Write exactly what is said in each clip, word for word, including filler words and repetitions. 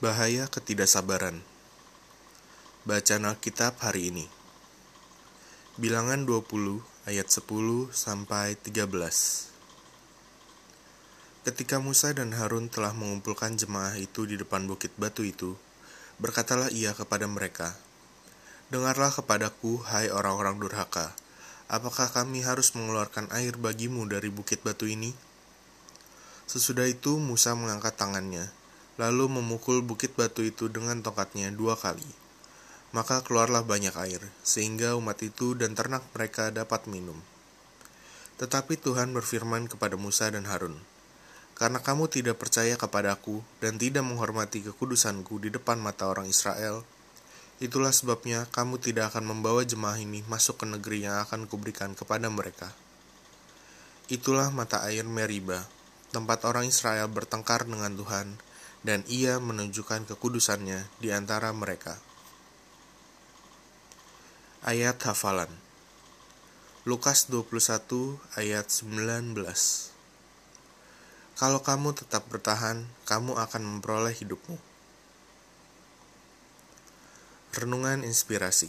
Bahaya ketidaksabaran. Bacaan Alkitab hari ini. Bilangan dua puluh ayat sepuluh sampai tiga belas. Ketika Musa dan Harun telah mengumpulkan jemaah itu di depan bukit batu itu, berkatalah ia kepada mereka, "Dengarlah kepadaku, hai orang-orang durhaka, apakah kami harus mengeluarkan air bagimu dari bukit batu ini?" Sesudah itu Musa mengangkat tangannya, lalu memukul bukit batu itu dengan tongkatnya dua kali. Maka keluarlah banyak air, sehingga umat itu dan ternak mereka dapat minum. Tetapi Tuhan berfirman kepada Musa dan Harun, "Karena kamu tidak percaya kepadaku dan tidak menghormati kekudusanku di depan mata orang Israel, itulah sebabnya kamu tidak akan membawa jemaah ini masuk ke negeri yang akan kuberikan kepada mereka." Itulah mata air Meriba, tempat orang Israel bertengkar dengan Tuhan, dan ia menunjukkan kekudusannya di antara mereka. Ayat hafalan. Lukas dua puluh satu ayat sembilan belas. Kalau kamu tetap bertahan, kamu akan memperoleh hidupmu. Renungan inspirasi.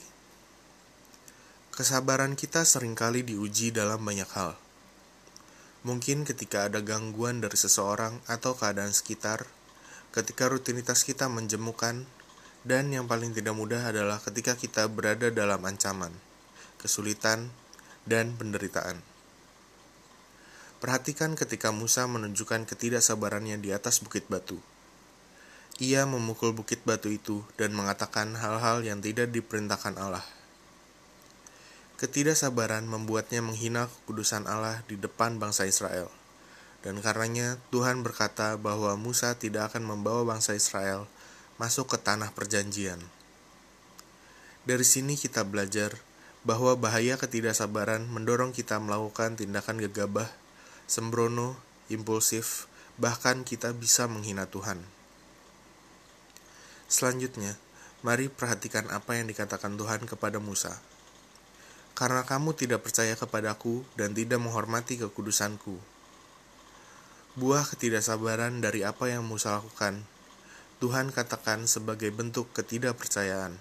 Kesabaran kita seringkali diuji dalam banyak hal. Mungkin ketika ada gangguan dari seseorang atau keadaan sekitar, ketika rutinitas kita menjemukan, dan yang paling tidak mudah adalah ketika kita berada dalam ancaman, kesulitan, dan penderitaan. Perhatikan ketika Musa menunjukkan ketidaksabarannya di atas bukit batu. Ia memukul bukit batu itu dan mengatakan hal-hal yang tidak diperintahkan Allah. Ketidaksabaran membuatnya menghina kekudusan Allah di depan bangsa Israel. Dan karenanya Tuhan berkata bahwa Musa tidak akan membawa bangsa Israel masuk ke tanah perjanjian. Dari sini kita belajar bahwa bahaya ketidaksabaran mendorong kita melakukan tindakan gegabah, sembrono, impulsif, bahkan kita bisa menghina Tuhan. Selanjutnya, mari perhatikan apa yang dikatakan Tuhan kepada Musa. "Karena kamu tidak percaya kepadaku dan tidak menghormati kekudusanku." Buah ketidaksabaran dari apa yang Musa lakukan, Tuhan katakan sebagai bentuk ketidakpercayaan.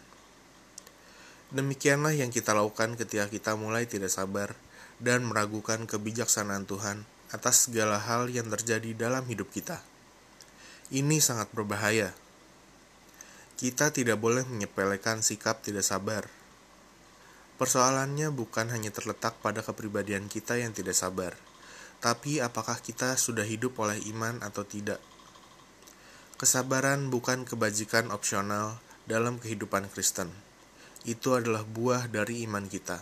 Demikianlah yang kita lakukan ketika kita mulai tidak sabar dan meragukan kebijaksanaan Tuhan atas segala hal yang terjadi dalam hidup kita. Ini sangat berbahaya. Kita tidak boleh menyepelekan sikap tidak sabar. Persoalannya bukan hanya terletak pada kepribadian kita yang tidak sabar, tapi apakah kita sudah hidup oleh iman atau tidak. Kesabaran bukan kebajikan opsional dalam kehidupan Kristen. Itu adalah buah dari iman kita.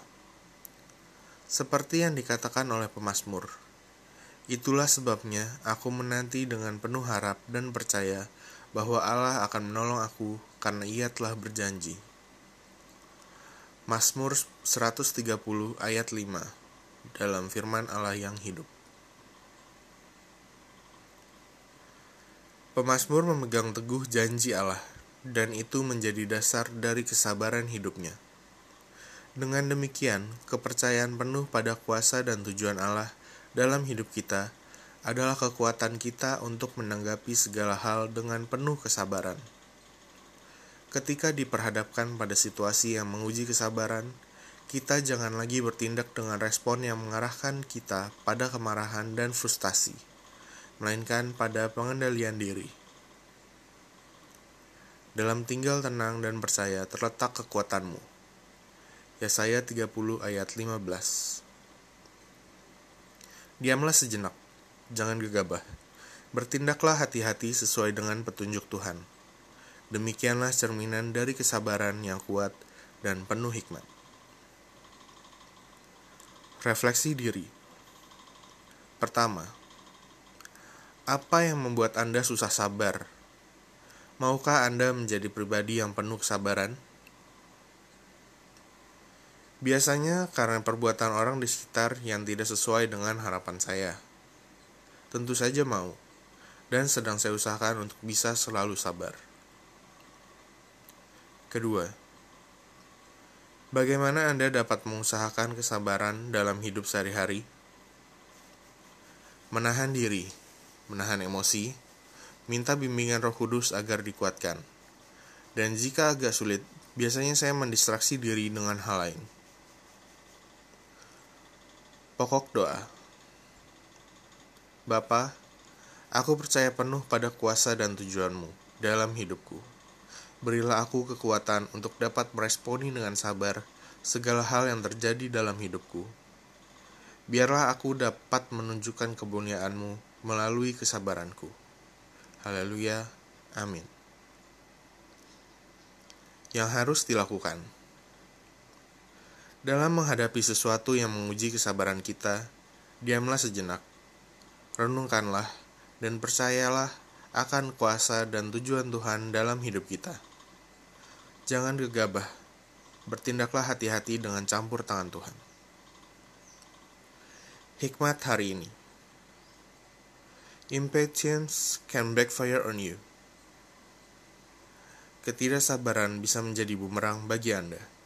Seperti yang dikatakan oleh pemazmur, "Itulah sebabnya aku menanti dengan penuh harap dan percaya bahwa Allah akan menolong aku karena Ia telah berjanji." Mazmur seratus tiga puluh ayat lima dalam firman Allah yang hidup. Pemazmur memegang teguh janji Allah, dan itu menjadi dasar dari kesabaran hidupnya. Dengan demikian, kepercayaan penuh pada kuasa dan tujuan Allah dalam hidup kita adalah kekuatan kita untuk menanggapi segala hal dengan penuh kesabaran. Ketika diperhadapkan pada situasi yang menguji kesabaran, kita jangan lagi bertindak dengan respon yang mengarahkan kita pada kemarahan dan frustasi, melainkan pada pengendalian diri. Dalam tinggal tenang dan percaya terletak kekuatanmu. Yesaya tiga puluh ayat lima belas. Diamlah sejenak, jangan gegabah. Bertindaklah hati-hati sesuai dengan petunjuk Tuhan. Demikianlah cerminan dari kesabaran yang kuat dan penuh hikmat. Refleksi diri. Pertama, apa yang membuat Anda susah sabar? Maukah Anda menjadi pribadi yang penuh kesabaran? Biasanya karena perbuatan orang di sekitar yang tidak sesuai dengan harapan saya. Tentu saja mau, dan sedang saya usahakan untuk bisa selalu sabar. Kedua, bagaimana Anda dapat mengusahakan kesabaran dalam hidup sehari-hari? Menahan diri, menahan emosi, minta bimbingan Roh Kudus agar dikuatkan. Dan jika agak sulit, biasanya saya mendistraksi diri dengan hal lain. Pokok doa. Bapa, aku percaya penuh pada kuasa dan tujuanmu dalam hidupku. Berilah aku kekuatan untuk dapat meresponi dengan sabar segala hal yang terjadi dalam hidupku. Biarlah aku dapat menunjukkan kemuliaan-Mu melalui kesabaranku. Haleluya. Amin. Yang harus dilakukan. Dalam menghadapi sesuatu yang menguji kesabaran kita, diamlah sejenak. Renungkanlah dan percayalah akan kuasa dan tujuan Tuhan dalam hidup kita. Jangan gegabah. Bertindaklah hati-hati dengan campur tangan Tuhan. Hikmat hari ini. Impatience can backfire on you. Ketidaksabaran bisa menjadi bumerang bagi Anda.